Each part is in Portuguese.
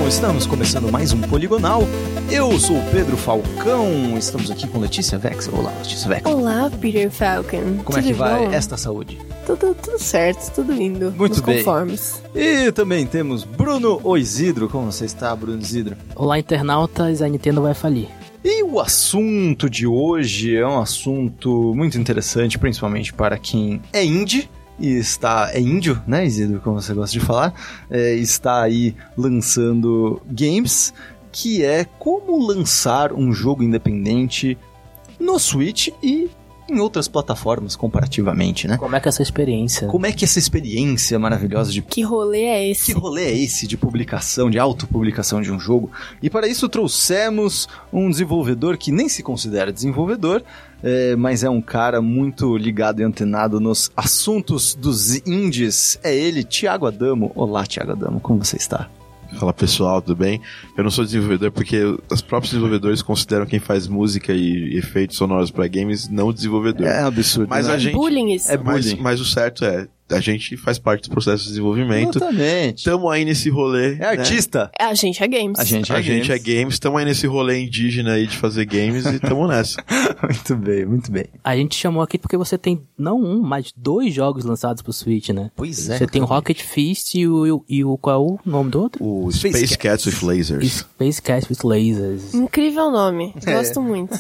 Estamos começando mais um Poligonal. Eu sou o Pedro Falcão, estamos aqui com Letícia Vex. Olá, Letícia Vex. Olá, Peter Falcon. Como é que vai esta saúde? Tudo certo, tudo lindo. Muito bem. Conformes. E também temos Bruno Oisidro. Como você está, Bruno Isidro? Olá, internautas, a Nintendo vai falir. E o assunto de hoje é um assunto muito interessante, principalmente para quem é indie. E é índio, né, Isidro, como você gosta de falar, está aí lançando games, que é como lançar um jogo independente no Switch e em outras plataformas comparativamente, né? Como é que é essa experiência? Como é que essa experiência maravilhosa de... Que rolê é esse? Que rolê é esse de publicação, de autopublicação de um jogo? E para isso trouxemos um desenvolvedor que nem se considera desenvolvedor, mas é um cara muito ligado e antenado nos assuntos dos indies. É ele, Thiago Adamo. Olá, Thiago Adamo, como você está? Fala pessoal, tudo bem? Eu não sou desenvolvedor porque os próprios desenvolvedores consideram quem faz música e efeitos sonoros para games não desenvolvedor. É absurdo, mas né? a gente, bullying isso. É bullying. Mas o certo é, a gente faz parte do processo de desenvolvimento. Exatamente. Estamos aí nesse rolê. É artista. A gente é games. A gente é games. Estamos aí nesse rolê indígena aí de fazer games e estamos nessa. Muito bem, muito bem. A gente chamou aqui porque você tem, não um, mas 2 jogos lançados pro Switch, né? Pois é. Você tem o Rocket Fist e o qual é o nome do outro? O Space Cats with Lasers. Space Cats with Lasers. Incrível nome. Gosto muito.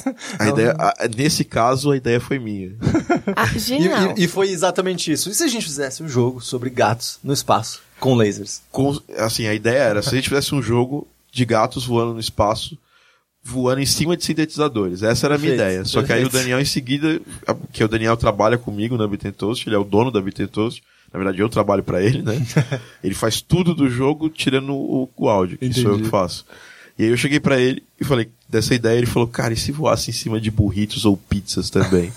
Nesse caso, a ideia foi minha. Genial. E foi exatamente isso. E se a gente fizesse um jogo sobre gatos no espaço, com lasers? Assim, a ideia era, se a gente fizesse um jogo de gatos voando no espaço, voando em cima de sintetizadores. Essa era a minha ideia. Só que aí o Daniel, em seguida, que o Daniel trabalha comigo na Bitten Toast, ele é o dono da Bitten Toast. Na verdade, eu trabalho pra ele, né? Ele faz tudo do jogo, tirando o áudio, que sou eu que faço. E aí eu cheguei pra ele e falei, dessa ideia, ele falou, cara, e se voasse em cima de burritos ou pizzas também?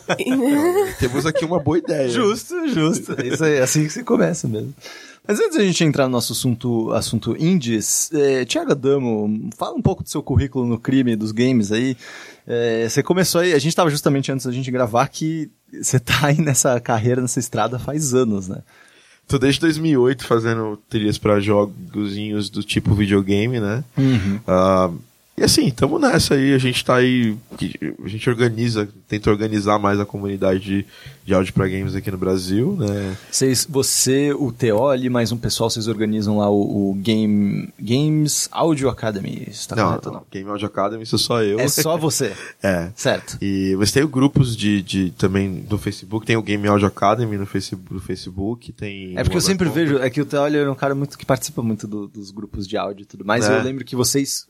Temos aqui uma boa ideia. Justo. Isso é assim que se começa mesmo. Mas antes da gente entrar no nosso assunto indies, Thiago Adamo, fala um pouco do seu currículo no crime dos games aí. Você começou aí, a gente estava justamente antes da gente gravar que você tá aí nessa carreira, nessa estrada faz anos, né? Tô desde 2008 fazendo trilhas pra jogozinhos do tipo videogame, né? Uhum. E assim, tamo nessa aí, a gente tá aí, a gente tenta organizar mais a comunidade de áudio pra games aqui no Brasil, né? Você, o Teoli, mais um pessoal, vocês organizam lá o Games Audio Academy, está correto? Não, Game Audio Academy sou só eu. É só você? É. Certo. E você tem grupos também do Facebook, tem o Game Audio Academy no Facebook, tem... É porque eu sempre vejo, é que o Teoli é um cara que participa muito dos grupos de áudio e tudo mais, eu lembro que vocês...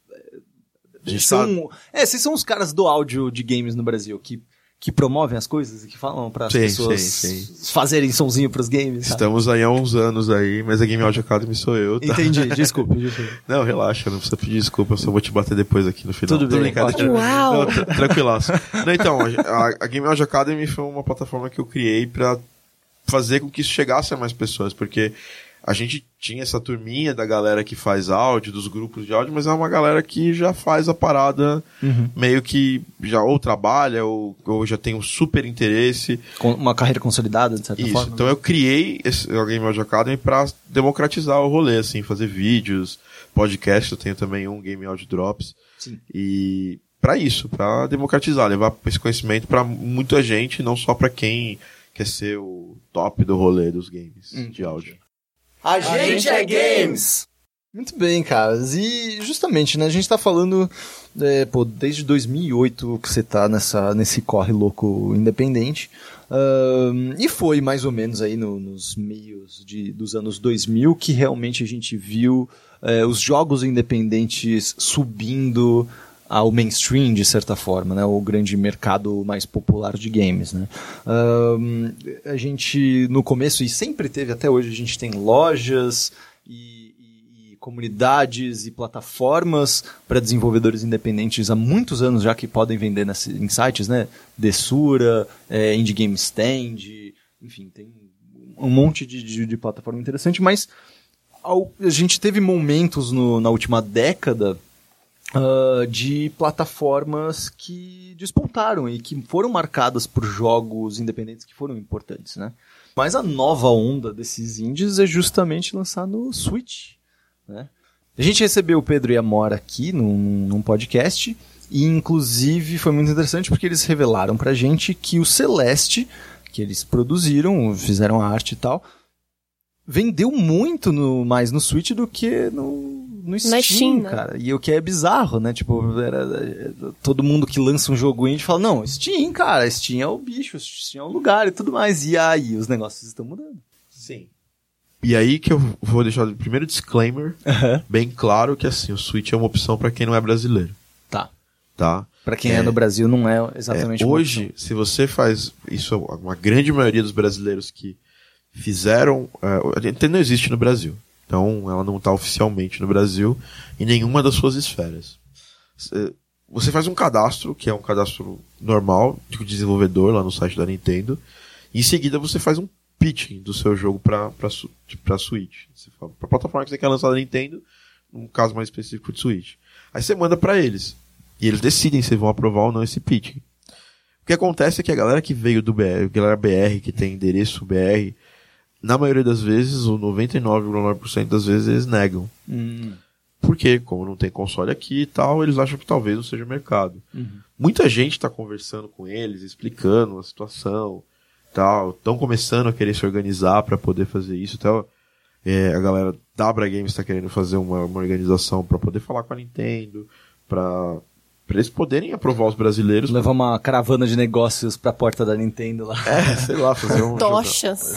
Vocês são os caras do áudio de games no Brasil, que promovem as coisas e que falam para as pessoas fazerem sonzinho pros games. Estamos aí há uns anos aí, mas a Game Audio Academy sou eu. Tá? Entendi, desculpa. Não, relaxa, não precisa pedir desculpa, eu só vou te bater depois aqui no final. Tudo bem, Uau! Tranquilaço. Então, a Game Audio Academy foi uma plataforma que eu criei para fazer com que isso chegasse a mais pessoas, porque a gente tinha essa turminha da galera que faz áudio, dos grupos de áudio, mas é uma galera que já faz a parada meio que já ou trabalha ou já tem um super interesse. Com uma carreira consolidada, de certa forma. Então eu criei a Game Audio Academy para democratizar o rolê, assim, fazer vídeos, podcast, eu tenho também um Game Audio Drops. Sim. E para isso, para democratizar, levar esse conhecimento para muita gente, não só para quem quer ser o top do rolê dos games de áudio. A gente é games! Muito bem, caras. E justamente, né, a gente tá falando, desde 2008 que você tá nesse corre louco independente. E foi mais ou menos aí nos meios dos anos 2000 que realmente a gente viu os jogos independentes subindo ao mainstream, de certa forma, né? O grande mercado mais popular de games, né? A gente, no começo, e sempre teve, até hoje, a gente tem lojas e comunidades e plataformas para desenvolvedores independentes há muitos anos já que podem vender em sites, né? Desura, Indie Game Stand, enfim, tem um monte de plataforma interessante, mas a gente teve momentos na última década de plataformas que despontaram e que foram marcadas por jogos independentes que foram importantes, né? Mas a nova onda desses indies é justamente lançar no Switch, né? A gente recebeu o Pedro e a Mora aqui num podcast, e inclusive foi muito interessante porque eles revelaram pra gente que o Celeste, que eles produziram, fizeram a arte e tal, vendeu muito mais no Switch do que no Steam, cara. E o que é bizarro, né? Tipo, todo mundo que lança um jogo indie fala, não, Steam, cara, Steam é o bicho, Steam é o lugar e tudo mais. E aí, os negócios estão mudando. Sim. E aí que eu vou deixar o primeiro disclaimer bem claro, que assim, o Switch é uma opção pra quem não é brasileiro. Tá? Pra quem é no Brasil, não é exatamente uma hoje, opção. Se você faz isso, uma grande maioria dos brasileiros que fizeram... a Nintendo não existe no Brasil. Então, ela não está oficialmente no Brasil em nenhuma das suas esferas. Você faz um cadastro, que é um cadastro normal, de desenvolvedor lá no site da Nintendo. E em seguida, você faz um pitching do seu jogo para Switch. Para a plataforma que você quer lançar da Nintendo, num caso mais específico de Switch. Aí você manda para eles. E eles decidem se vão aprovar ou não esse pitching. O que acontece é que a galera que veio do BR, a galera BR, que tem endereço BR, na maioria das vezes, ou 99,9% das vezes, eles negam. Porque, como não tem console aqui e tal, eles acham que talvez não seja mercado. Muita gente está conversando com eles, explicando a situação, tal, estão começando a querer se organizar para poder fazer isso, tal. A galera da Abra Games está querendo fazer uma organização para poder falar com a Nintendo, para eles poderem aprovar os brasileiros. Levar uma caravana de negócios pra porta da Nintendo lá. Sei lá, fazer um... Tochas.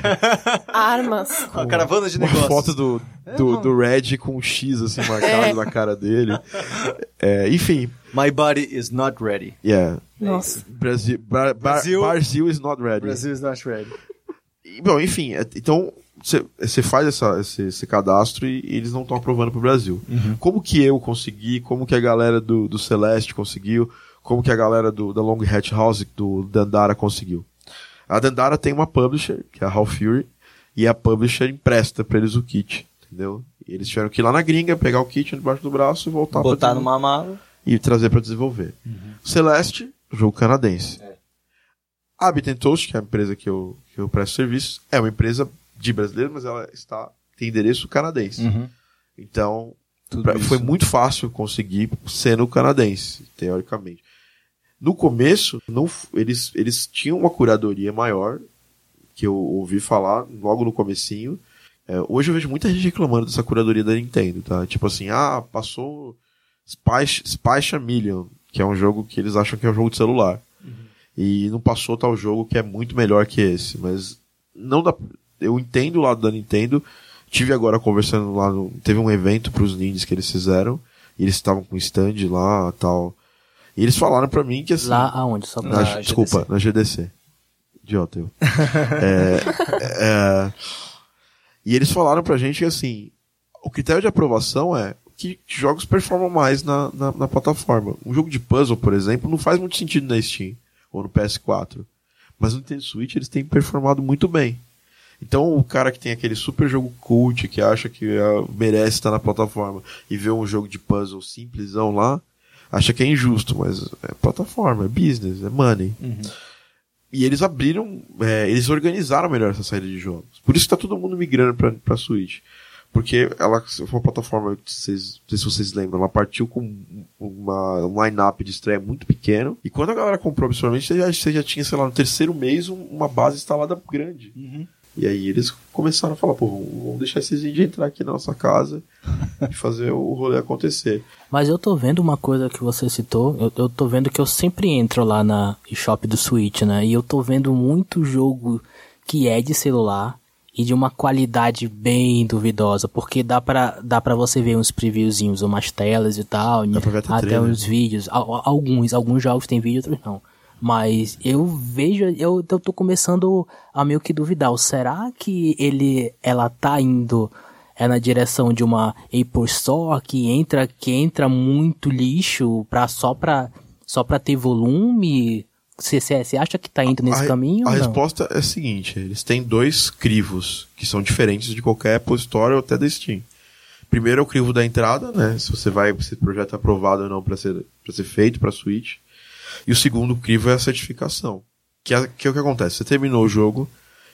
Armas. Uma caravana de negócios. Uma foto do Red com um X assim marcado na cara dele. Enfim. My body is not ready. Yeah. Nossa. Brasil is not ready. Brasil is not ready. Bom, enfim, então você faz esse cadastro e eles não estão aprovando pro Brasil. Como que eu consegui, como que a galera do Celeste conseguiu, como que a galera da Long Hatch House, do Dandara conseguiu. A Dandara tem uma publisher, que é a Half Fury, e a publisher empresta pra eles o kit, entendeu? E eles tiveram que ir lá na gringa, pegar o kit debaixo do braço e voltar botar numa mala e trazer pra desenvolver. Celeste, jogo canadense. A Bit & Toast, que é a empresa que eu presto serviços, é uma empresa de brasileiro, mas ela tem endereço canadense. Então, foi muito fácil conseguir sendo canadense, teoricamente. No começo, eles tinham uma curadoria maior, que eu ouvi falar logo no comecinho. Hoje eu vejo muita gente reclamando dessa curadoria da Nintendo, tá? Tipo assim, passou Spy Chameleon, que é um jogo que eles acham que é um jogo de celular. E não passou tal jogo que é muito melhor que esse, mas não dá... Eu entendo o lado da Nintendo. Tive agora conversando lá, teve um evento pros indies que eles fizeram, e eles estavam com stand lá e tal. E eles falaram pra mim que assim... Lá aonde? Só pra... Desculpa, na GDC. Idiota eu. E eles falaram pra gente que assim, o critério de aprovação é que jogos performam mais na plataforma. Um jogo de puzzle, por exemplo, não faz muito sentido na Steam ou no PS4. Mas no Nintendo Switch eles têm performado muito bem. Então o cara que tem aquele super jogo cult, que acha que merece estar na plataforma, e vê um jogo de puzzle simplesão lá, acha que é injusto, mas é plataforma, é business, é money. E eles eles organizaram melhor essa saída de jogos. Por isso que tá todo mundo migrando pra Switch. Porque ela foi uma plataforma, não sei se vocês lembram, ela partiu com um line-up de estreia muito pequeno, e quando a galera comprou absolutamente, você já tinha, sei lá, no terceiro mês, uma base instalada grande. E aí eles começaram a falar, vamos deixar esses indies entrar aqui na nossa casa e fazer o rolê acontecer. Mas eu tô vendo uma coisa que você citou, eu tô vendo que eu sempre entro lá na eShop do Switch, né? E eu tô vendo muito jogo que é de celular e de uma qualidade bem duvidosa, porque dá pra você ver uns previewzinhos, umas telas e tal, até uns vídeos. Alguns jogos tem vídeo, outros não. Mas eu vejo, eu tô começando a meio que duvidar. Será que ela tá indo na direção de uma Apple Store que entra muito lixo só pra ter volume? Você acha que tá indo nesse caminho? A resposta é a seguinte: eles têm 2 crivos que são diferentes de qualquer Apple Store ou até da Steam. Primeiro é o crivo da entrada, né? Se esse projeto é aprovado ou não para ser feito para Switch. E o segundo crivo é a certificação. Que é o que acontece. Você terminou o jogo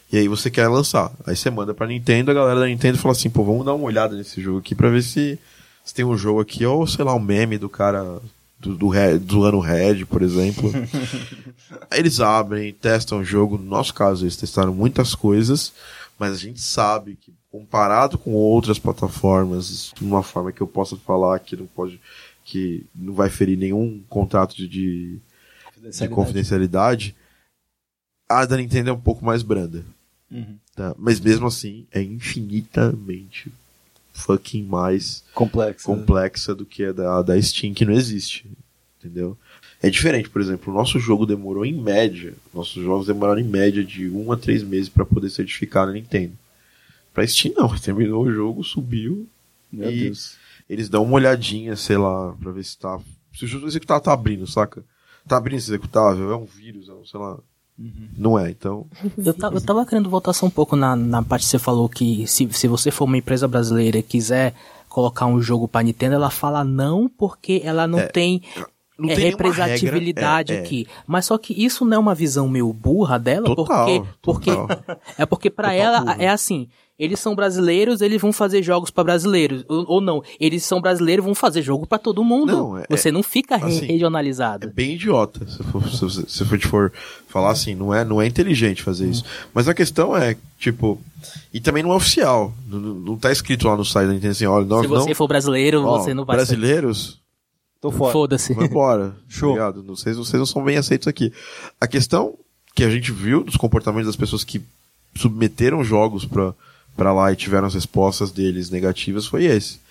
E aí você quer lançar. Aí você manda pra Nintendo, a galera da Nintendo fala assim, pô, vamos dar uma olhada nesse jogo aqui pra ver se tem um jogo aqui, ou sei lá, um meme do cara do ano Red, por exemplo. Aí eles abrem, testam o jogo. No nosso caso, eles testaram muitas coisas, mas a gente sabe que comparado com outras plataformas, de uma forma que eu possa falar que não vai ferir nenhum contrato de confidencialidade, a da Nintendo é um pouco mais branda. Tá? Mas mesmo assim, é infinitamente fucking mais complexa do que a da Steam, que não existe. Entendeu? É diferente, por exemplo, o nosso jogo demorou em média, nossos jogos demoraram em média de 1 a 3 meses para poder certificar na Nintendo. Pra Steam não, terminou o jogo, subiu, Meu Deus. Eles dão uma olhadinha, sei lá, pra ver se o jogo executável tá abrindo, saca? Tá abrindo esse executável, é um vírus, sei lá. Não é, então... Eu tava querendo voltar só um pouco na parte que você falou que se você for uma empresa brasileira e quiser colocar um jogo pra Nintendo, ela fala não porque ela não tem representatividade aqui. Mas só que isso não é uma visão meio burra dela, porque pra ela burra. É assim, eles são brasileiros, eles vão fazer jogos pra brasileiros, ou não, eles são brasileiros, vão fazer jogo pra todo mundo. Não, você não fica assim, regionalizado. É bem idiota, se for falar assim, não é inteligente fazer isso. Mas a questão é, tipo, e também não é oficial, não tá escrito lá no site da Nintendo assim, olha, se você for brasileiro, você não vai brasileiros, tô fora. Foda-se. Vai embora. Show. Obrigado. Vocês não são bem aceitos aqui. A questão que a gente viu dos comportamentos das pessoas que submeteram jogos pra lá e tiveram as respostas deles negativas foi esse.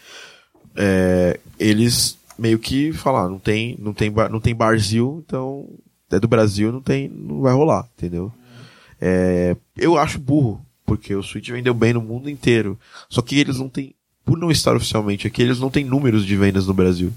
Eles meio que falaram, não tem Brasil, então é do Brasil, não vai rolar, entendeu? Eu acho burro, porque o Switch vendeu bem no mundo inteiro. Só que eles não têm, por não estar oficialmente aqui, eles não têm números de vendas no Brasil.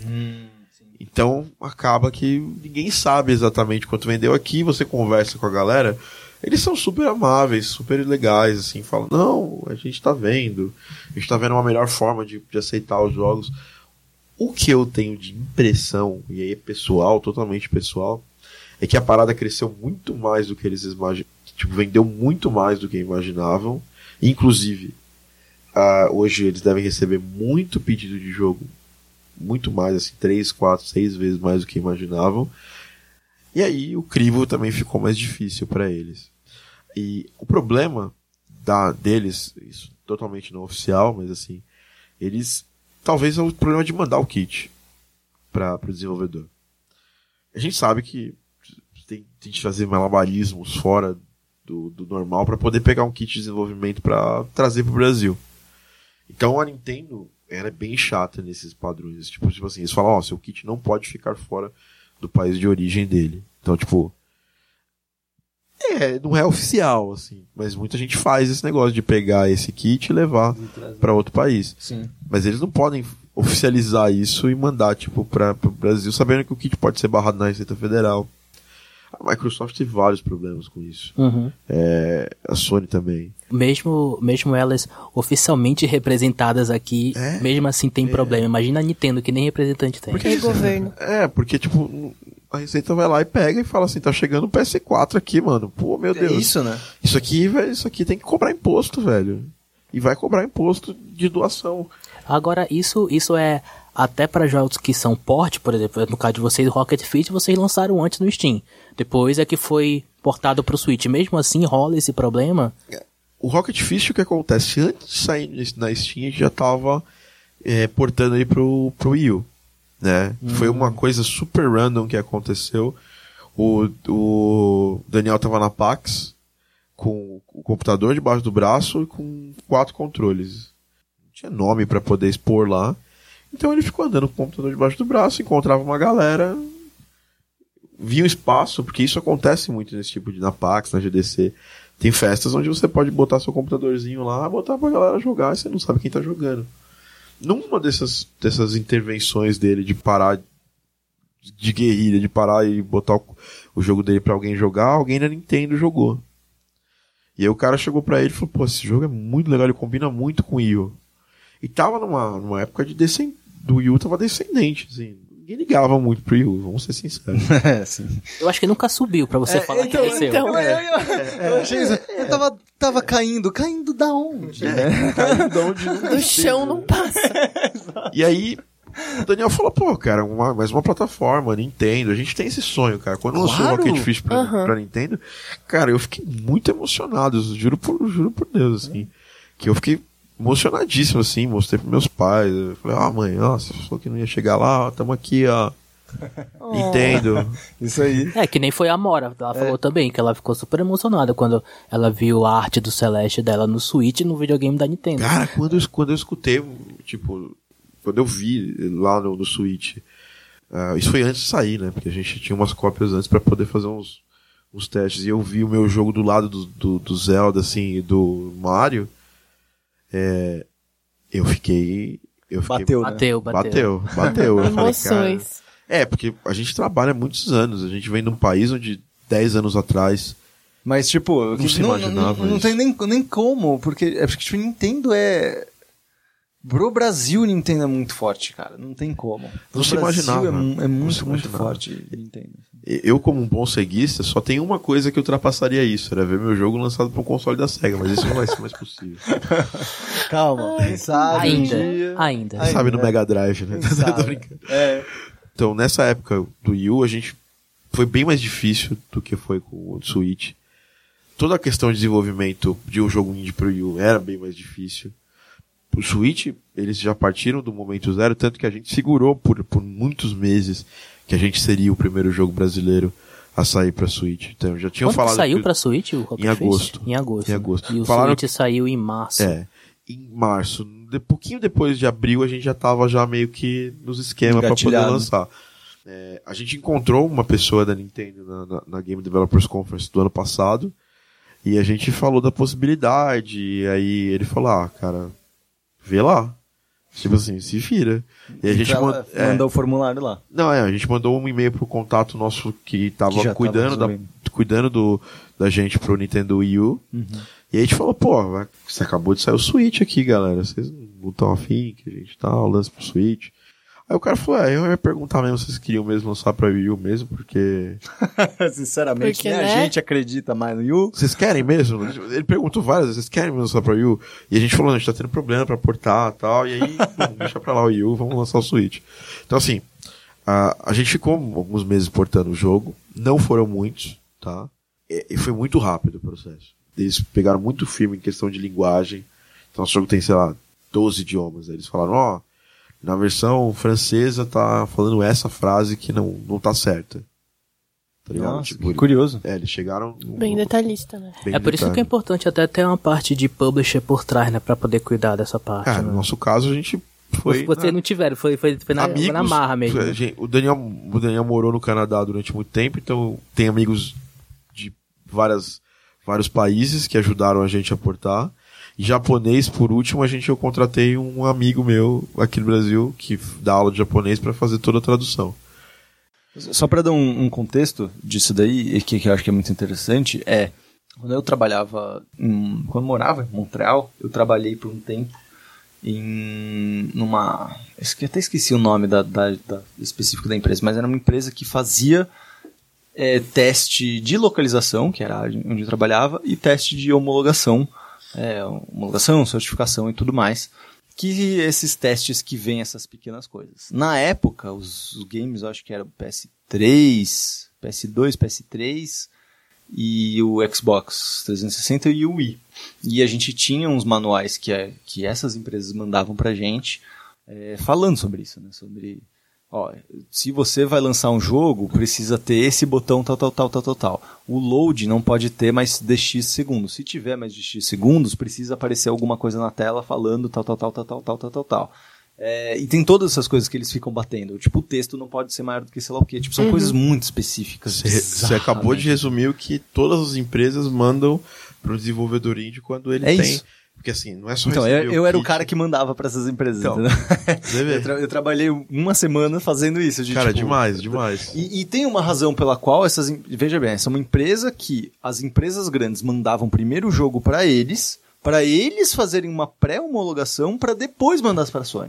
Então acaba que ninguém sabe exatamente quanto vendeu aqui. Você conversa com a galera, eles são super amáveis, super legais, assim, falam, não, a gente tá vendo uma melhor forma de aceitar os jogos. O que eu tenho de impressão, e aí é pessoal, totalmente pessoal, é que a parada cresceu muito mais do que eles imaginavam, tipo, vendeu muito mais do que imaginavam. Inclusive, hoje eles devem receber muito pedido de jogo, muito mais, assim, 3, 4, 6 vezes mais do que imaginavam. E aí o crivo também ficou mais difícil para eles. E o problema deles, isso totalmente não oficial, mas assim, eles, talvez é o problema de mandar o kit para o desenvolvedor. A gente sabe que tem que fazer malabarismos fora do normal para poder pegar um kit de desenvolvimento para trazer para o Brasil. Então a Nintendo era bem chata nesses padrões. Tipo assim, eles falam, seu kit não pode ficar fora do país de origem dele. Então, tipo, não é oficial, assim, mas muita gente faz esse negócio de pegar esse kit e levar para outro país. Sim. Mas eles não podem oficializar isso e mandar, tipo, para o Brasil, sabendo que o kit pode ser barrado na Receita Federal. A Microsoft teve vários problemas com isso. A Sony também. Mesmo elas oficialmente representadas aqui, mesmo assim tem problema. Imagina a Nintendo, que nem representante tem. Porque governo. Porque, tipo, a Receita vai lá e pega e fala assim, tá chegando o PS4 aqui, mano. Pô, meu Deus. Isso, né? Isso aqui, velho, isso aqui tem que cobrar imposto, velho. E vai cobrar imposto de doação. Agora, isso é até para jogos que são porte, por exemplo, no caso de vocês, Rocket Fit, vocês lançaram antes no Steam. Depois é que foi portado pro Switch. Mesmo assim, rola esse problema? O Rocket Fist, o que acontece? Antes de sair na Steam, a gente já tava portando ele pro Wii U, né? Foi uma coisa super random que aconteceu. O Daniel tava na PAX com o computador debaixo do braço e com 4 controles. Não tinha nome para poder expor lá. Então ele ficou andando com o computador debaixo do braço, encontrava uma galera, via um espaço, porque isso acontece muito nesse tipo na PAX, na GDC. Tem festas onde você pode botar seu computadorzinho lá, botar pra galera jogar e você não sabe quem tá jogando. Numa dessas intervenções dele de parar de guerrilha, de parar e botar o jogo dele pra alguém jogar, alguém da Nintendo jogou. E aí o cara chegou pra ele e falou, pô, esse jogo é muito legal, ele combina muito com o Wii U. E tava numa época do Wii U tava descendente, assim. ninguém ligava muito pro Wii U, vamos ser sinceros. Sim. Eu acho que nunca subiu pra você falar que é seu. Eu achei isso. Eu tava caindo da onde? Caindo da onde? Do chão não passa. E aí, o Daniel falou, pô, cara, mais uma plataforma, Nintendo. A gente tem esse sonho, cara. Quando lançou o Rocket Fish pra Nintendo, cara, eu fiquei muito emocionado, juro por Deus, assim. Que eu fiquei emocionadíssimo, assim, mostrei pros meus pais. Eu falei, mãe, você falou que não ia chegar lá, tamo aqui, Nintendo. Isso aí. Que nem foi a Mora. Ela falou também que ela ficou super emocionada quando ela viu a arte do Celeste dela no Switch no videogame da Nintendo. Cara, quando eu escutei, tipo, quando eu vi lá no Switch, isso foi antes de sair, né? Porque a gente tinha umas cópias antes pra poder fazer uns testes. E eu vi o meu jogo do lado do Zelda, assim, e do Mario. Eu fiquei. Bateu. Emoções. Porque a gente trabalha há muitos anos. A gente vem de um país onde 10 anos atrás. Mas, tipo, não se imaginava. Não tem nem como, porque tipo, Nintendo é. Pro Brasil, Nintendo é muito forte, cara. Não tem como. Não se imaginava. É muito forte, Nintendo. Eu, como um bom ceguista, só tem uma coisa que ultrapassaria isso. Era ver meu jogo lançado para um console da SEGA. Mas isso não vai ser mais possível. Calma. Quem sabe Ainda. Quem sabe no Mega Drive, né? Tô brincando. Então, nessa época do Wii U, a gente foi bem mais difícil do que foi com o Switch. Toda a questão de desenvolvimento de um jogo indie pro Wii U era bem mais difícil. O Switch, eles já partiram do momento zero, tanto que a gente segurou por muitos meses que a gente seria o primeiro jogo brasileiro a sair pra Switch. Então, já tinham falado. Quando saiu pra Switch o Rocket Em agosto. Em agosto. E o Falaram Switch saiu em março. Em março. Pouquinho depois de abril, a gente já tava meio que nos esquemas pra poder lançar. A gente encontrou uma pessoa da Nintendo na Game Developers Conference do ano passado, e a gente falou da possibilidade, e aí ele falou, cara, vê lá. Tipo assim, se vira. E a gente mandou o formulário lá. Não, a gente mandou um e-mail pro contato nosso que tava cuidando da gente pro Nintendo Wii U. E aí a gente falou, você acabou de sair o Switch aqui, galera. Vocês não estão afim que a gente o lance pro Switch. Aí o cara falou, eu ia perguntar mesmo se vocês queriam mesmo lançar pra Wii U mesmo, porque... Sinceramente, porque, a gente acredita mais no Wii U. Vocês querem mesmo? Ele perguntou várias vezes, vocês querem mesmo lançar pra Wii U? E a gente falou, a gente tá tendo problema pra portar e tal, e aí, deixa pra lá o Wii U, vamos lançar o Switch. Então assim, a gente ficou alguns meses portando o jogo, não foram muitos, tá? E foi muito rápido o processo. Eles pegaram muito firme em questão de linguagem. Então o jogo tem, 12 idiomas. Aí eles falaram, na versão francesa tá falando essa frase que não tá certa. Tá ligado? Nossa, tipo, curioso. Eles chegaram... Bem detalhista, né? Por isso que é importante até ter uma parte de publisher por trás, né? Pra poder cuidar dessa parte. No nosso caso, a gente foi... Vocês não tiveram, foi na marra mesmo. O Daniel morou no Canadá durante muito tempo, então tem amigos de vários países que ajudaram a gente a portar. E japonês, por último, eu contratei um amigo meu aqui no Brasil que dá aula de japonês para fazer toda a tradução. Só para dar um contexto disso daí, que eu acho que é muito interessante, quando eu trabalhava, quando eu morava em Montreal, eu trabalhei por um tempo numa... Eu até esqueci o nome específico da empresa, mas era uma empresa que fazia teste de localização, que era onde eu trabalhava, e teste de homologação, certificação e tudo mais, que esses testes que vêm essas pequenas coisas. Na época, os games, eu acho que era o PS3, PS2, PS3 e o Xbox 360 e o Wii. E a gente tinha uns manuais que essas empresas mandavam pra gente, falando sobre isso, né? Sobre... se você vai lançar um jogo, precisa ter esse botão tal. O load não pode ter mais de X segundos. Se tiver mais de X segundos, precisa aparecer alguma coisa na tela falando tal. E tem todas essas coisas que eles ficam batendo. Tipo, o texto não pode ser maior do que sei lá o quê. Tipo, são coisas muito específicas. Você acabou de resumir o que todas as empresas mandam pro desenvolvedor indie quando ele tem... Isso. Porque assim, não é só então, eu era o cara que mandava pra essas empresas. Então, eu trabalhei uma semana fazendo isso. Cara, demais. E tem uma razão pela qual veja bem, essa é uma empresa que as empresas grandes mandavam primeiro o jogo pra eles fazerem uma pré-homologação pra depois mandar pra Sony.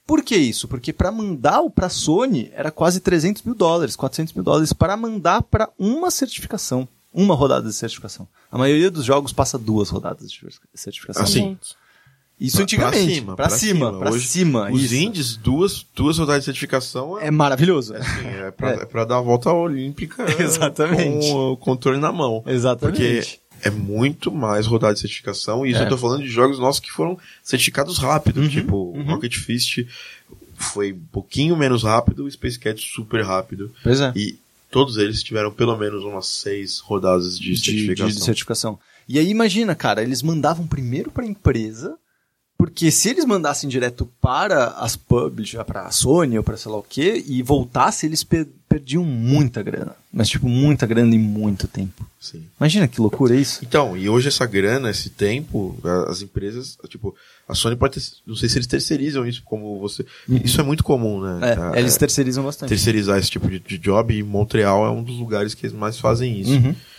Por que isso? Porque para mandar pra Sony era quase $300 mil, $400 mil para mandar para uma certificação. Uma rodada de certificação. A maioria dos jogos passa 2 rodadas de certificação. Assim. Isso antigamente. Pra cima. Os isso. indies, duas rodadas de certificação é maravilhoso. É pra dar a volta olímpica. Exatamente. Com o controle na mão. Exatamente. Porque é muito mais rodada de certificação. E isso eu tô falando de jogos nossos que foram certificados rápido. Tipo, Rocket Fist foi um pouquinho menos rápido, o Space Cat super rápido. Pois é. E todos eles tiveram pelo menos umas 6 rodadas de certificação. De certificação. E aí imagina, cara, eles mandavam primeiro pra empresa, porque se eles mandassem direto para as publishers, para a Sony ou para sei lá o que, e voltasse, eles perdiam muita grana. Mas tipo, muita grana em muito tempo. Sim. Imagina que loucura isso. Então, e hoje essa grana, esse tempo, as empresas, tipo, a Sony pode ter, não sei se eles terceirizam isso, como você... Isso é muito comum, né? Eles terceirizam bastante. Terceirizar esse tipo de job, e Montreal é um dos lugares que eles mais fazem isso.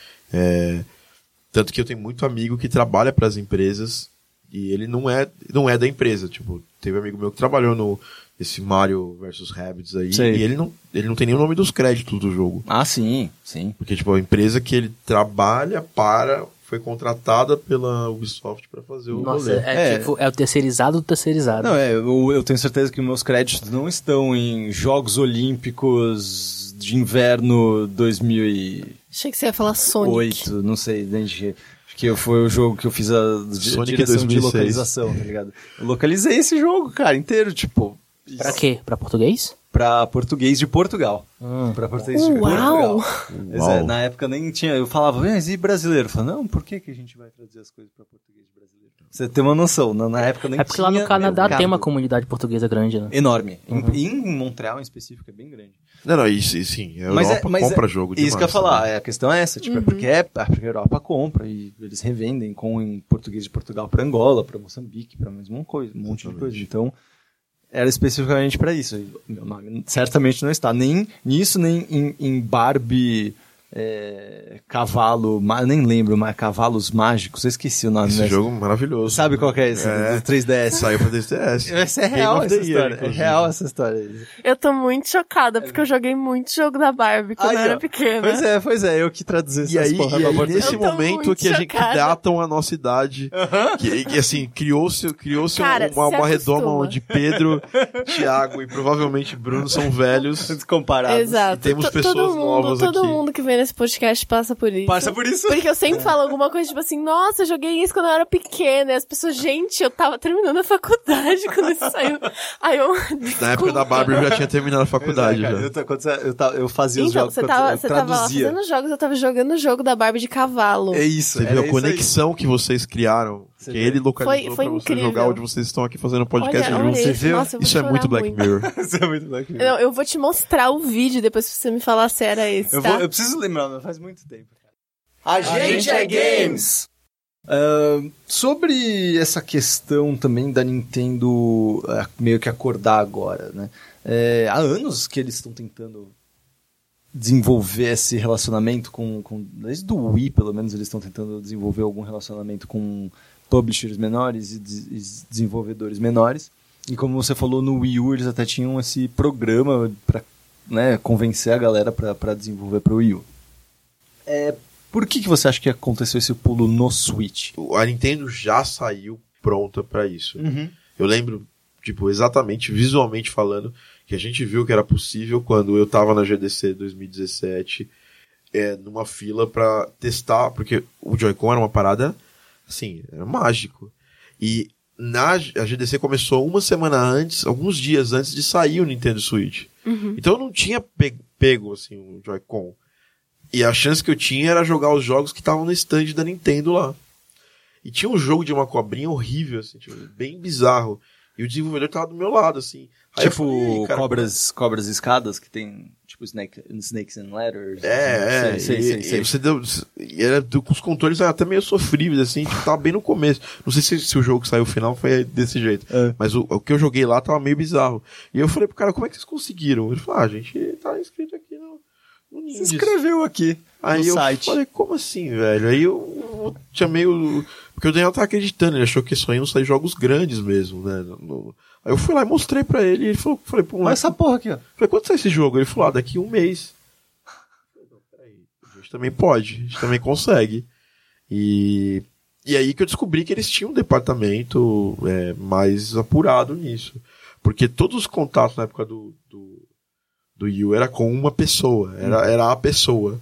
Tanto que eu tenho muito amigo que trabalha para as empresas e ele não é da empresa. Tipo, teve um amigo meu que trabalhou nesse Mario vs Rabbids aí. Sei. E ele não tem nem o nome dos créditos do jogo. Ah, sim. Porque, tipo, a empresa que ele trabalha foi contratada pela Ubisoft para fazer o rolê. Tipo, é o terceirizado do terceirizado. Não, eu tenho certeza que meus créditos não estão em Jogos Olímpicos de Inverno 2008, Achei que você ia falar Sonic. não sei, gente... Que foi o jogo que eu fiz a Sonic direção 2006. de localização, tá ligado? Eu localizei esse jogo, cara, inteiro, tipo... Pra quê? Pra português? Pra português de Portugal. Pra português de Portugal. Uau. Na época nem tinha... Eu falava, mas e brasileiro? Eu falava, não, por que a gente vai traduzir as coisas pra português de brasileiro? Você tem uma noção, na época nem tinha... É porque lá no Canadá tem uma comunidade portuguesa grande, né? Enorme. Em Montreal, em específico, é bem grande. Não, isso sim. A Europa compra jogo demais. Isso que eu ia falar, também. a questão é essa, tipo, porque a Europa compra e eles revendem em português de Portugal pra Angola, pra Moçambique, pra mesma coisa, um monte de coisa. Então, era especificamente pra isso. E meu nome certamente não está nem nisso, nem em Barbie... cavalo, nem lembro, mas Cavalos Mágicos, eu esqueci o nome. Esse jogo maravilhoso. Sabe qual que é esse? Do 3DS. Saiu pra 3DS. Essa é real essa história. É real essa história. Eu tô muito chocada, porque eu joguei muito jogo da Barbie quando eu era pequena. Pois é, eu que traduzi E essas aí, porra e aí pra nesse Eu tô momento muito que a gente chocada. datam a nossa idade, que assim, criou-se Cara, uma se redoma acostuma. onde Pedro, Thiago e provavelmente Bruno são velhos. Descomparados. Exato. E temos pessoas novas todo aqui. mundo que vem nesse podcast passa por isso. Passa por isso. Porque eu sempre falo alguma coisa tipo assim, nossa, eu joguei isso quando eu era pequena. E as pessoas, gente, eu tava terminando a faculdade quando isso saiu. Aí eu... Na época da Barbie eu já tinha terminado a faculdade. Eu fazia os Então, jogos, você eu tava lá traduzia. fazendo jogos, eu tava jogando o jogo da Barbie de cavalo. É isso. Você viu a era conexão que vocês criaram? Você Que viu? ele localizou Foi pra você incrível. jogar onde vocês estão aqui fazendo podcast Olha, juntos. olha Você isso. viu? Nossa, eu vou Isso é chorar muito Black Mirror. Isso é muito legal. Não, eu vou te mostrar o vídeo depois pra você me falar se era esse, tá? Eu preciso lembrar, mas faz muito tempo. A gente é games! Sobre essa questão também da Nintendo meio que acordar agora, né? Há anos que eles estão tentando desenvolver esse relacionamento desde o Wii, pelo menos, eles estão tentando desenvolver algum relacionamento com publishers menores e desenvolvedores menores. E como você falou, no Wii U eles até tinham esse programa para, né, convencer a galera para desenvolver para o Wii U. Por que você acha que aconteceu esse pulo no Switch? A Nintendo já saiu pronta pra isso. Eu lembro, tipo, exatamente, visualmente falando, que a gente viu que era possível quando eu tava na GDC 2017, numa fila pra testar, porque o Joy-Con era uma parada, assim, era mágico. E a GDC começou uma semana antes, alguns dias antes de sair o Nintendo Switch. Então eu não tinha pego, assim, o Joy-Con. E a chance que eu tinha era jogar os jogos que estavam no stand da Nintendo lá. E tinha um jogo de uma cobrinha horrível, assim, tipo, bem bizarro. E o desenvolvedor tava do meu lado, assim. Aí Tipo, eu falei, cara, cobras escadas que tem, tipo, Snakes and Ladders. Sei. Os controles eram até meio sofríveis, assim, tipo, tava bem no começo. Não sei se o jogo que saiu no final foi desse jeito. Mas o que eu joguei lá tava meio bizarro. E eu falei pro cara, como é que vocês conseguiram? Ele falou, a gente tá inscrito aqui no Se inscreveu aqui aí no site. Falei, como assim, velho? Aí eu chamei o... Porque o Daniel tá acreditando, ele achou que só iam sair jogos grandes mesmo, né? Aí eu fui lá e mostrei pra ele, e ele falou, falei, pô, olha essa porra aqui, ó. Falei, quanto sai esse jogo? Ele falou, daqui 1 mês. Não, peraí, a gente também pode, a gente também consegue. E aí que eu descobri que eles tinham um departamento mais apurado nisso. Porque todos os contatos na época do Wii U era com uma pessoa, era a pessoa.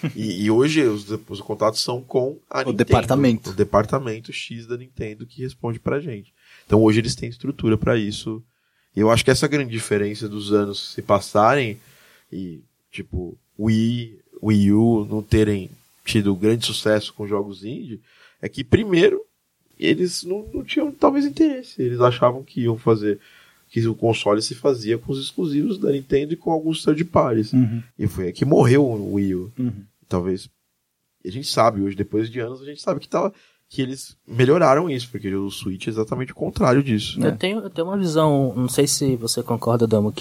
E hoje os contatos são com a Nintendo, departamento. O departamento X da Nintendo que responde pra gente. Então hoje eles têm estrutura pra isso. E eu acho que essa grande diferença dos anos se passarem e, tipo, Wii U não terem tido grande sucesso com jogos indie, é que primeiro eles não tinham talvez interesse. Eles achavam que iam fazer, que o console se fazia com os exclusivos da Nintendo e com alguns third parties. E foi aí que morreu o Wii U. Talvez. A gente sabe, hoje, depois de anos, a gente sabe que eles melhoraram isso, porque o Switch é exatamente o contrário disso. Eu tenho uma visão, não sei se você concorda, Damo,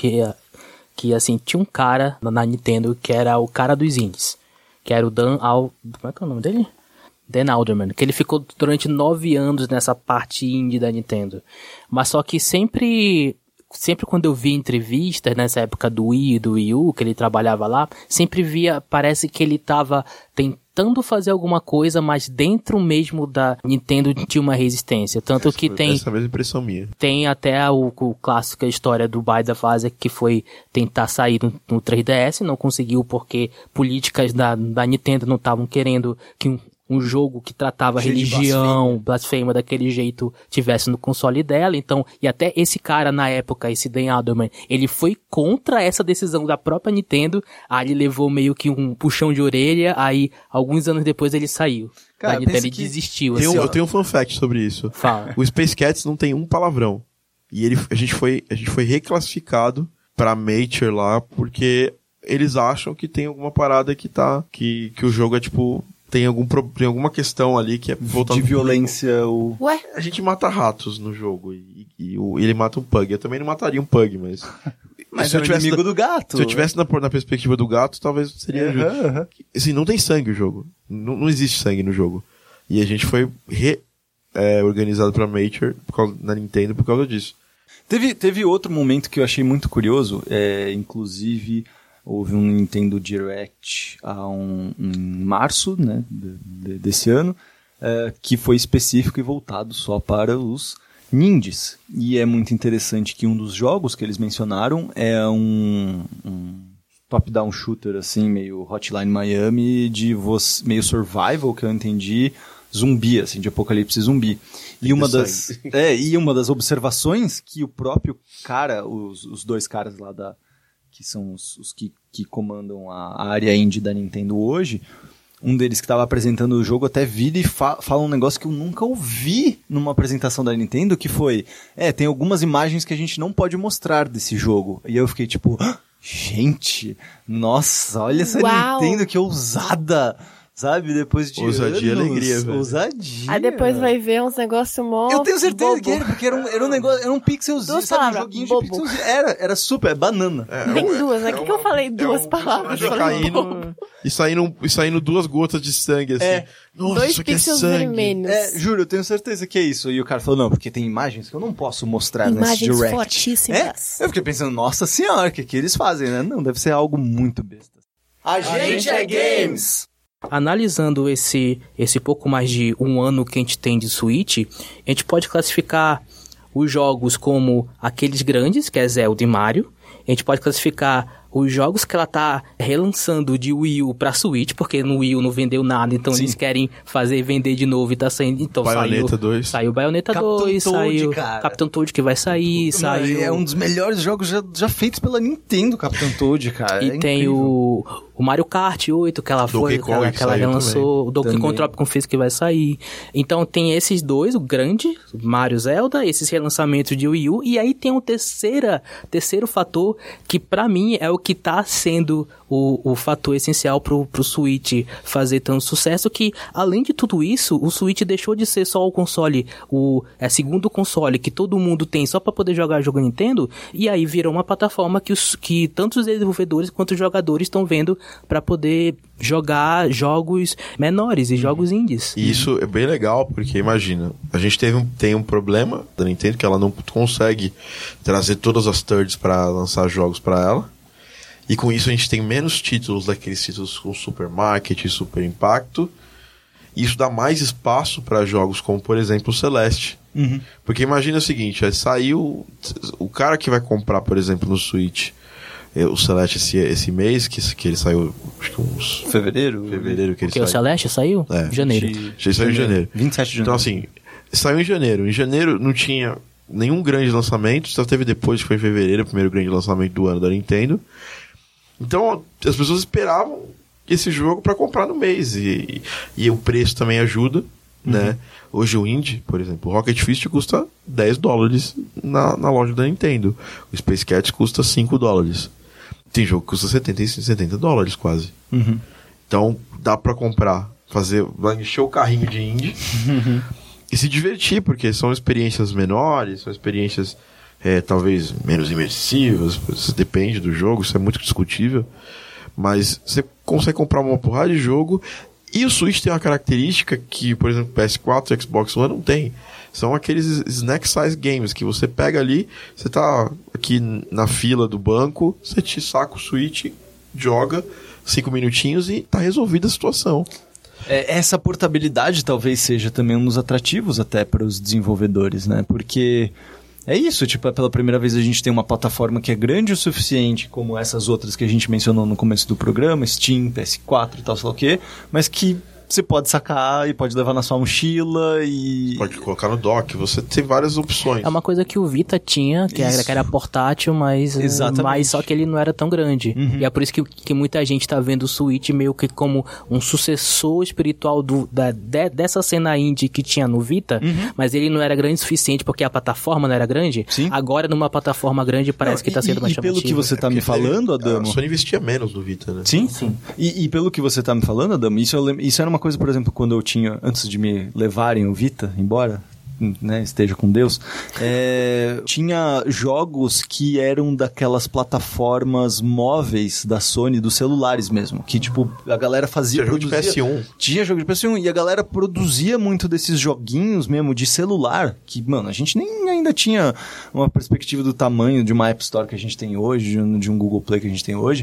que assim, tinha um cara na Nintendo que era o cara dos indies, que era o como é que é o nome dele? Dan Alderman, que ele ficou durante 9 anos nessa parte indie da Nintendo. Mas só que sempre quando eu vi entrevistas nessa época do Wii e do Wii U, que ele trabalhava lá, sempre via, parece que ele estava tentando fazer alguma coisa, mas dentro mesmo da Nintendo tinha uma resistência. Tanto que tem... Essa mesma impressão minha. Tem até o clássico, a história do Bind of Isaac, que foi tentar sair no 3DS, não conseguiu porque políticas da Nintendo não estavam querendo que um jogo que tratava religião, blasfêmia daquele jeito, tivesse no console dela. Então, e até esse cara na época, esse Dan Alderman, ele foi contra essa decisão da própria Nintendo. Aí ele levou meio que um puxão de orelha. Aí, alguns anos depois, ele saiu da Nintendo e desistiu. Eu tenho um fun fact sobre isso. Fala. O Space Cats não tem um palavrão. E a gente foi reclassificado pra Mature lá, porque eles acham que tem alguma parada que o jogo é tipo... Tem alguma questão ali que é voltando de violência. Ué? A gente mata ratos no jogo e ele mata um pug. Eu também não mataria um pug, mas... Mas é o inimigo do gato. Se eu tivesse na perspectiva do gato, talvez seria... Assim, não tem sangue o jogo. Não existe sangue no jogo. E a gente foi organizado pra Mature na Nintendo por causa disso. Teve outro momento que eu achei muito curioso, inclusive... Houve um Nintendo Direct em março, né, desse ano, que foi específico e voltado só para os ninjas. E é muito interessante que um dos jogos que eles mencionaram é um top-down shooter, assim, meio Hotline Miami, meio survival, que eu entendi, zumbi, assim, de apocalipse zumbi. E uma das observações que o próprio cara, os dois caras lá que são os que comandam a área indie da Nintendo hoje, um deles que estava apresentando o jogo até vira e fala um negócio que eu nunca ouvi numa apresentação da Nintendo, que foi, tem algumas imagens que a gente não pode mostrar desse jogo. E eu fiquei tipo, gente, nossa, olha essa Nintendo, que ousada! Sabe, depois de ousadia e alegria, velho. Ousadia. Aí depois vai ver uns negócios mó eu tenho certeza bobo. que era, porque era um negócio, era um pixelzinho, sabe, um joguinho bobo. de pixelzinho. Era super, banana. Tem duas, né? O que eu falei? Duas palavras. Caindo, e saindo 2 gotas de sangue, assim. Nossa, 2 isso aqui é pixels sangue. vermelhos. Juro, eu tenho certeza que é isso. E o cara falou, não, porque tem imagens que eu não posso mostrar nesse Imagens direct. fortíssimas. Eu fiquei pensando, nossa senhora, o que eles fazem, né? Não, deve ser algo muito besta. A gente é games! Analisando esse pouco mais de 1 ano que a gente tem de Switch, a gente pode classificar os jogos como aqueles grandes, que é Zelda e Mario. A gente pode classificar os jogos que ela tá relançando de Wii U pra Switch, porque no Wii U não vendeu nada, então eles querem vender de novo e tá saindo. Então Bayonetta 2. Saiu Bayonetta 2, saiu Capitão Toad que vai sair, saiu... É um dos melhores jogos já feitos pela Nintendo, Capitão Toad, cara. E tem o Mario Kart 8, que ela relançou, o Donkey Kong Tropical Freeze que vai sair. Então tem esses dois, o grande, Mario, Zelda, esses relançamentos de Wii U, e aí tem um terceiro fator que pra mim é o o que tá sendo o fator essencial pro Switch fazer tanto sucesso, que além de tudo isso, o Switch deixou de ser só o console, segundo console que todo mundo tem só pra poder jogar jogo Nintendo, e aí virou uma plataforma que tanto os desenvolvedores quanto os jogadores estão vendo pra poder jogar jogos menores e jogos indies. E isso é bem legal, porque imagina, a gente tem um problema da Nintendo, que ela não consegue trazer todas as thirds pra lançar jogos pra ela. E com isso a gente tem menos títulos daqueles títulos com super market e super impacto. E isso dá mais espaço para jogos como, por exemplo, o Celeste. Uhum. Porque imagina o seguinte, saiu... O cara que vai comprar, por exemplo, no Switch, o Celeste esse mês, que ele saiu, acho que uns... Fevereiro que ele Porque saiu. O Celeste saiu? É. Janeiro. Já saiu em janeiro. 27 de janeiro. Então assim, saiu em janeiro. Em janeiro não tinha nenhum grande lançamento, só teve depois, que foi em fevereiro, o primeiro grande lançamento do ano da Nintendo. Então, as pessoas esperavam esse jogo para comprar no mês. E o preço também ajuda, né? Hoje o Indie, por exemplo, o Rocket Fist custa $10 na loja da Nintendo. O Space Cat custa $5. Tem jogo que custa $70 quase. Uhum. Então, dá para comprar, vai encher o carrinho de Indie e se divertir, porque são experiências menores, são experiências... talvez menos imersivas, isso depende do jogo, isso é muito discutível, mas você consegue comprar uma porrada de jogo, e o Switch tem uma característica que, por exemplo, PS4 e Xbox One não tem, são aqueles snack size games, que você pega ali, você tá aqui na fila do banco, você te saca o Switch, joga 5 minutinhos e tá resolvida a situação. Essa portabilidade talvez seja também um dos atrativos até para os desenvolvedores, né, porque... É isso, tipo, pela primeira vez a gente tem uma plataforma que é grande o suficiente, como essas outras que a gente mencionou no começo do programa, Steam, PS4 e tal, sei lá o quê, mas que você pode sacar e pode levar na sua mochila e... Pode colocar no dock, você tem várias opções. É uma coisa que o Vita tinha, que era portátil, mas só que ele não era tão grande. Uhum. E é por isso que muita gente tá vendo o Switch meio que como um sucessor espiritual dessa cena indie que tinha no Vita, mas ele não era grande o suficiente porque a plataforma não era grande. Sim. Agora, numa plataforma grande, parece que tá sendo mais chamativo. E pelo que você tá me falando, Adamo... A Sony investia menos no Vita, né? Sim. E pelo que você tá me falando, Adamo, isso era uma coisa, por exemplo, quando eu tinha, antes de me levarem o Vita embora, né, esteja com Deus, tinha jogos que eram daquelas plataformas móveis da Sony, dos celulares mesmo, que tipo, a galera fazia... Tinha jogo de PS1. Tinha jogo de PS1, e a galera produzia muito desses joguinhos mesmo de celular, que, mano, a gente nem ainda tinha uma perspectiva do tamanho de uma App Store que a gente tem hoje, de um Google Play que a gente tem hoje,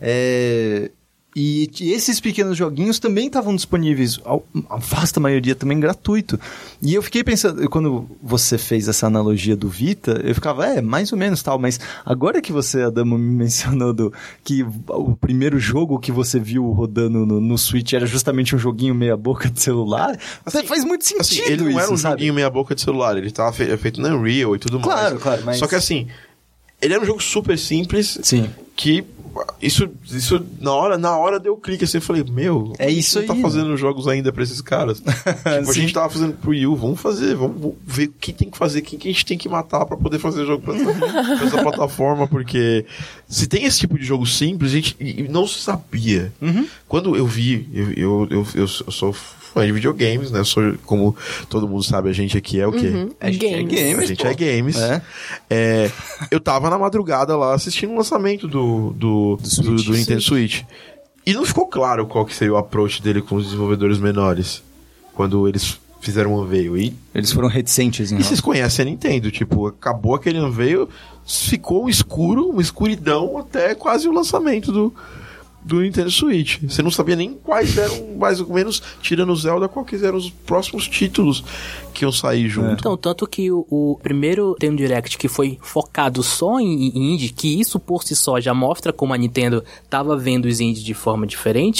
E esses pequenos joguinhos também estavam disponíveis, a vasta maioria também gratuito. E eu fiquei pensando, quando você fez essa analogia do Vita, eu ficava, mais ou menos tal, mas agora que você, Adamo, me mencionou que o primeiro jogo que você viu rodando no Switch era justamente um joguinho meia boca de celular, assim, faz muito sentido assim, ele não era um joguinho meia boca de celular, ele estava feito na Unreal e tudo mais. Claro, mas... Só que assim, ele era um jogo super simples, sim, que... Isso na hora deu clique assim, eu falei, isso aí. Tá fazendo jogos ainda pra esses caras. Tipo, a gente tava fazendo pro Wii U, vamos ver o que tem que fazer, quem que a gente tem que matar pra poder fazer jogo pra essa plataforma, porque se tem esse tipo de jogo simples, a gente não sabia. Uhum. Quando eu vi, eu sou fã de videogames, né? Sou, como todo mundo sabe, a gente aqui é o quê? Uhum. A gente é games. Eu tava na madrugada lá assistindo o lançamento do Nintendo Switch. E não ficou claro qual que seria o approach dele com os desenvolvedores menores quando eles fizeram um unveil. E eles foram reticentes. E vocês conhecem a Nintendo, tipo, acabou aquele unveil, ficou uma escuridão até quase o lançamento do Nintendo Switch. Você não sabia nem quais eram, mais ou menos, tirando o Zelda, quais eram os próximos títulos que iam sair junto. Então, tanto que o primeiro Nintendo Direct que foi focado só em indie, que isso por si só já mostra como a Nintendo tava vendo os indies de forma diferente,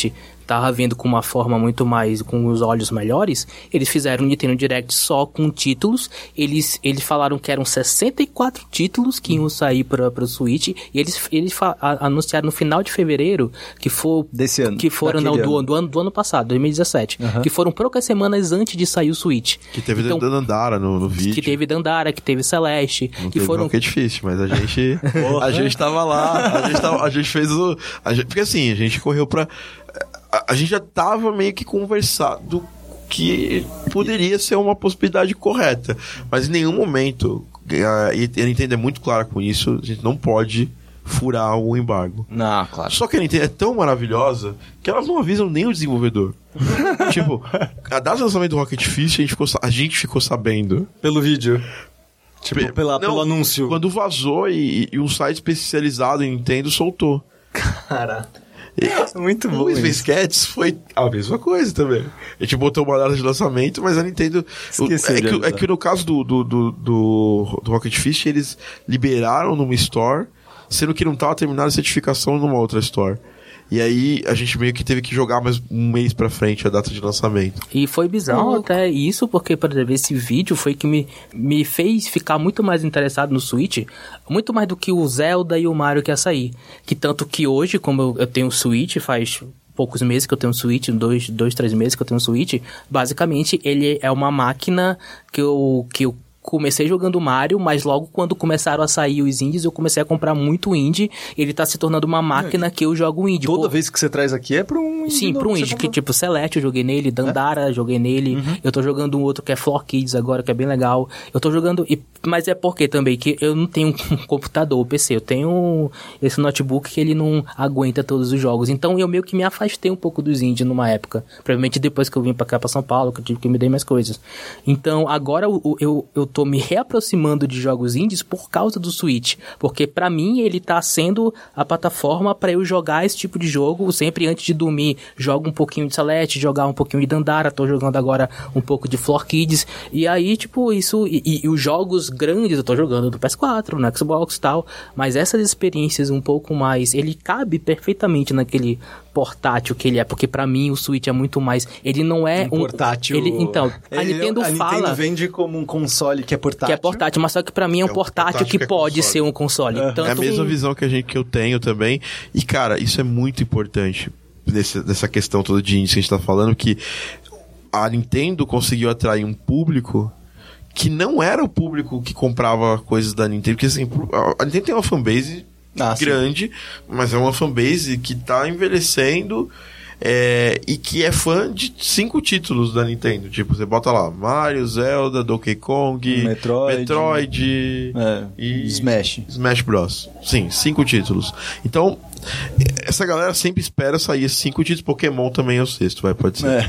tava vendo com uma forma muito mais, com os olhos melhores, eles fizeram um Nintendo Direct só com títulos. Eles falaram que eram 64 títulos que iam sair para o Switch, e eles anunciaram no final de fevereiro desse ano. Que foram do ano passado, 2017, que foram poucas semanas antes de sair o Switch. Que teve Dandara no vídeo. Que teve Dandara, que teve Celeste. Não que teve foram... Rocket Fist, mas a gente tava lá, a gente fez porque assim, a gente correu pra... A gente já tava meio que conversado que poderia ser uma possibilidade correta, mas em nenhum momento, e a Nintendo é muito clara com isso, a gente não pode furar o embargo. Não, claro. Só que a Nintendo é tão maravilhosa que elas não avisam nem o desenvolvedor. Tipo, a data de lançamento do Rocket Fist a gente ficou sabendo pelo vídeo. Tipo, pelo anúncio. Quando vazou e um site especializado em Nintendo soltou. Caraca. Muito bom. O Space Cats foi a mesma coisa também. A gente botou uma data de lançamento, mas a Nintendo... É que no caso do Rocket Fist, eles liberaram numa store, sendo que não estava terminada a certificação numa outra store. E aí a gente meio que teve que jogar mais um mês pra frente a data de lançamento. E foi bizarro até isso, porque, por exemplo, esse vídeo foi que me fez ficar muito mais interessado no Switch, muito mais do que o Zelda e o Mario que ia sair. Que tanto que hoje, como eu tenho o Switch, faz poucos meses que eu tenho um Switch, 3 meses que eu tenho um Switch, basicamente ele é uma máquina que eu comecei jogando Mario, mas logo quando começaram a sair os indies, eu comecei a comprar muito indie. Ele tá se tornando uma máquina que eu jogo indie. Toda vez que você traz aqui é pra um indie. Sim, pra um indie. Que tipo Celeste eu joguei nele, Dandara joguei nele. Eu tô jogando um outro que é Floor Kids agora, que é bem legal. Eu tô jogando... Mas é porque também que eu não tenho um computador, PC. Eu tenho esse notebook que ele não aguenta todos os jogos. Então eu meio que me afastei um pouco dos indies numa época. Provavelmente depois que eu vim pra cá, pra São Paulo, que eu tive que me dar mais coisas. Então agora eu tô me reaproximando de jogos indies por causa do Switch, porque pra mim ele tá sendo a plataforma pra eu jogar esse tipo de jogo. Sempre antes de dormir jogo um pouquinho de Celeste, jogar um pouquinho de Dandara, tô jogando agora um pouco de Floor Kids, e aí tipo isso, e os jogos grandes eu tô jogando do PS4, no Xbox e tal, mas essas experiências um pouco mais, ele cabe perfeitamente naquele portátil que ele é, porque pra mim o Switch é muito mais, ele não é um portátil. Então, a Nintendo Nintendo vende como um console que é portátil. Que é portátil, mas só que pra mim é um portátil que pode ser um console. Tanto é a mesma visão que eu tenho também. E cara, isso é muito importante dessa questão toda de indie que a gente tá falando, que a Nintendo conseguiu atrair um público que não era o público que comprava coisas da Nintendo, porque assim, a Nintendo tem uma fanbase grande, mas é uma fanbase que tá envelhecendo e que é fã de 5 títulos da Nintendo. Tipo, você bota lá Mario, Zelda, Donkey Kong, Metroid e Smash Bros. Sim, 5 títulos. Então, essa galera sempre espera sair esses 5 títulos. Pokémon também é o 6º, pode ser.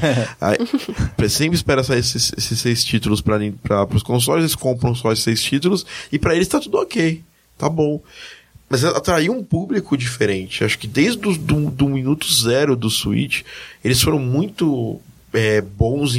Aí, sempre espera sair esses 6 títulos para os consoles. Eles compram só esses 6 títulos e para eles tá tudo ok, tá bom. Mas atraiu um público diferente. Acho que desde do minuto zero do Switch, eles foram muito bons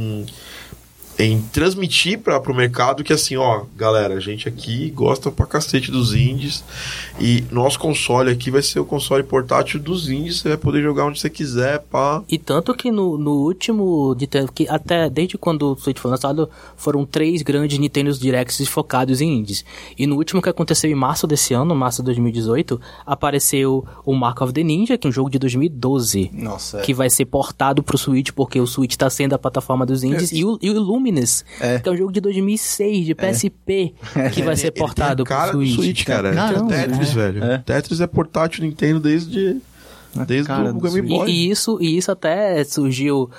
em transmitir pro mercado que assim, ó, galera, a gente aqui gosta pra cacete dos indies e nosso console aqui vai ser o console portátil dos indies, você vai poder jogar onde você quiser, pá. E tanto que no último Nintendo, que até desde quando o Switch foi lançado, foram 3 grandes Nintendo Directs focados em indies. E no último que aconteceu em março desse ano, março de 2018, apareceu o Mark of the Ninja, que é um jogo de 2012. Nossa, que vai ser portado pro Switch, porque o Switch tá sendo a plataforma dos indies, e o Luminous, que é um jogo de 2006, de PSP, que vai ser portado pro Switch. Do Switch, cara. Tetris, velho. Tetris é portátil Nintendo desde o Game Boy. E isso até surgiu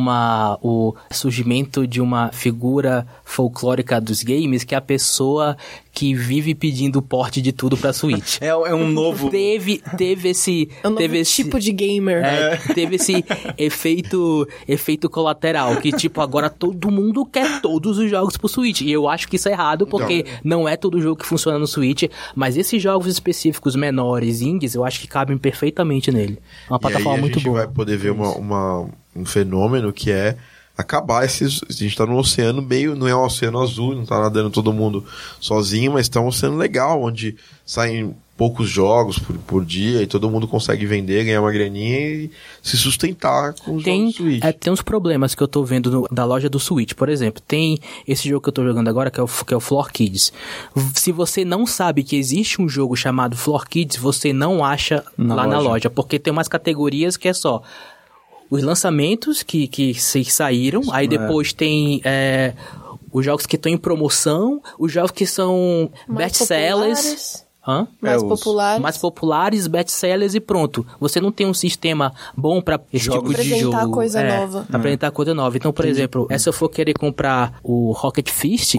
o surgimento de uma figura folclórica dos games, que é a pessoa que vive pedindo porte de tudo pra Switch. É um novo... Teve esse... É um novo tipo de gamer. Teve esse efeito colateral, que tipo, agora todo mundo quer todos os jogos pro Switch. E eu acho que isso é errado, porque não é todo jogo que funciona no Switch, mas esses jogos específicos menores, indies, eu acho que cabem perfeitamente nele. É uma plataforma muito boa. A gente vai poder ver um fenômeno que é acabar esses... A gente tá num oceano meio... Não é um oceano azul, não tá nadando todo mundo sozinho, mas tá um oceano legal, onde saem poucos jogos por dia e todo mundo consegue vender, ganhar uma graninha e se sustentar com os jogos do Switch. Tem uns problemas que eu tô vendo da loja do Switch, por exemplo. Tem esse jogo que eu tô jogando agora, que é o Floor Kids. Se você não sabe que existe um jogo chamado Floor Kids, você não acha na loja, porque tem umas categorias que é só os lançamentos que saíram, aí depois tem os jogos que estão em promoção, os jogos que são best-sellers. Mais populares, best-sellers e pronto. Você não tem um sistema bom pra esse tipo de jogo. Apresentar coisa nova. Apresentar coisa nova. Então, por exemplo, se eu for querer comprar o Rocket Fist,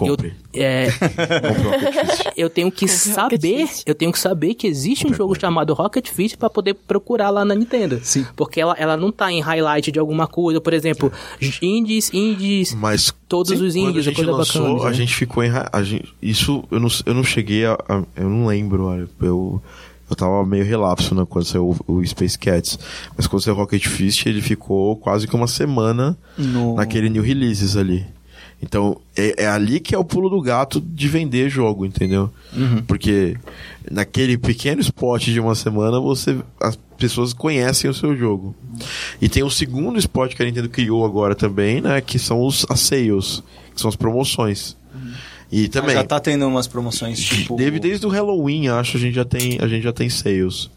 eu tenho que saber que existe um jogo chamado Rocket Fist pra poder procurar lá na Nintendo. Sim. Porque ela não tá em highlight de alguma coisa. Por exemplo, indies, mas todos os indies, a coisa bacana. A gente ficou isso eu não cheguei a eu não lembro. Eu tava meio relapso, né, quando saiu o Space Cats. Mas quando saiu o Rocket Fist, ele ficou quase que uma semana naquele New Releases ali. Então, é ali que é o pulo do gato de vender jogo, entendeu? Porque naquele pequeno spot de uma semana, as pessoas conhecem o seu jogo. E tem um segundo spot que a Nintendo criou agora também, né, que são as sales, que são as promoções. E também já tá tendo umas promoções tipo... Desde o Halloween, acho, a gente já tem sales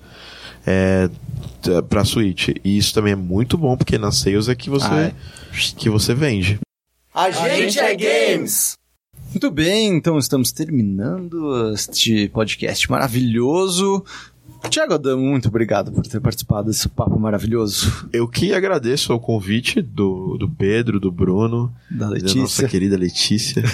pra Switch. E isso também é muito bom, porque nas sales é que você vende. A gente é games! Muito bem, então estamos terminando este podcast maravilhoso. Thiago Adamo, muito obrigado por ter participado desse papo maravilhoso. Eu que agradeço o convite do Pedro, do Bruno, da Letícia. Da nossa querida Letícia.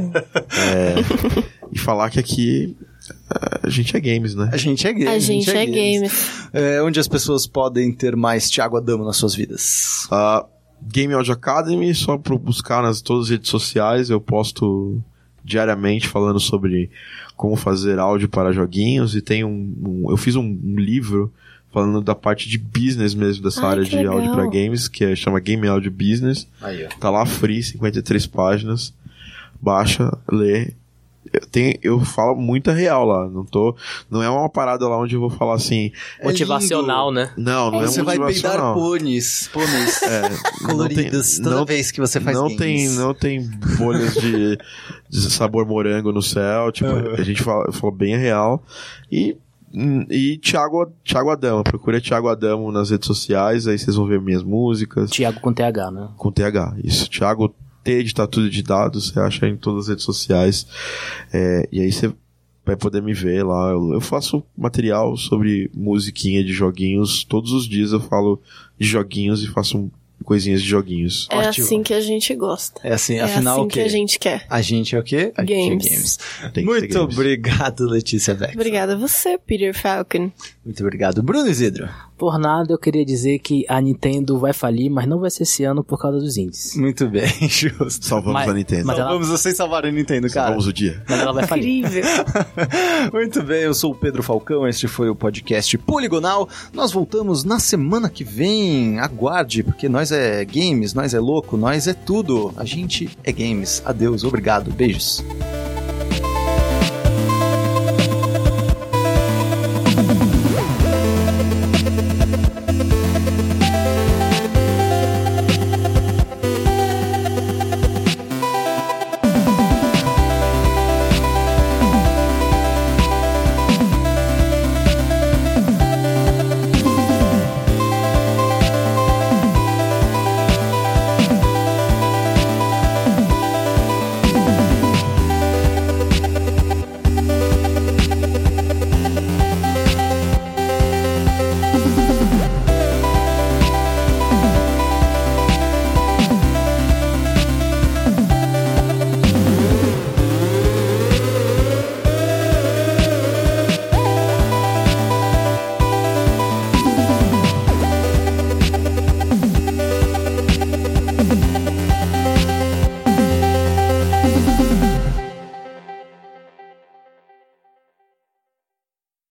E falar que aqui a gente é games, né? A gente é games. A gente é games. Onde as pessoas podem ter mais Thiago Adamo nas suas vidas? Game Audio Academy, só para buscar nas todas as redes sociais. Eu posto diariamente falando sobre como fazer áudio para joguinhos, e tem eu fiz um livro falando da parte de business mesmo, dessa área de legal. áudio para games, que chama Game Audio Business. Tá lá free, 53 páginas. Baixa, lê. Eu falo muita real lá, não é uma parada lá onde eu vou falar assim... motivacional, né? Não é você motivacional. Você vai peidar pôneis coloridos toda vez que você faz games. Não tem bolhas de sabor morango no céu, tipo, a gente fala bem real. E Thiago Adamo, procura Thiago Adamo nas redes sociais, aí vocês vão ver minhas músicas. Thiago com TH, né? Com TH, isso, Thiago editar tudo de dados, você acha em todas as redes sociais, e aí você vai poder me ver lá. Eu faço material sobre musiquinha de joguinhos, todos os dias eu falo de joguinhos e faço coisinhas de joguinhos. É assim que a gente gosta. É assim, afinal o quê? Que a gente quer. A gente é o quê? A games. Gente é games. Muito obrigado, Letícia Beck. Obrigada a você, Peter Falcon. Muito obrigado, Bruno Isidro. Por nada, eu queria dizer que a Nintendo vai falir, mas não vai ser esse ano por causa dos indies. Muito bem, justo. Salvamos a Nintendo. Salvamos vocês salvaram a Nintendo, cara. Salvamos o dia. Mas ela vai falir. Incrível. Muito bem, eu sou o Pedro Falcão, este foi o podcast Poligonal. Nós voltamos na semana que vem. Aguarde, porque nós é games, nós é louco, nós é tudo. A gente é games. Adeus, obrigado, beijos.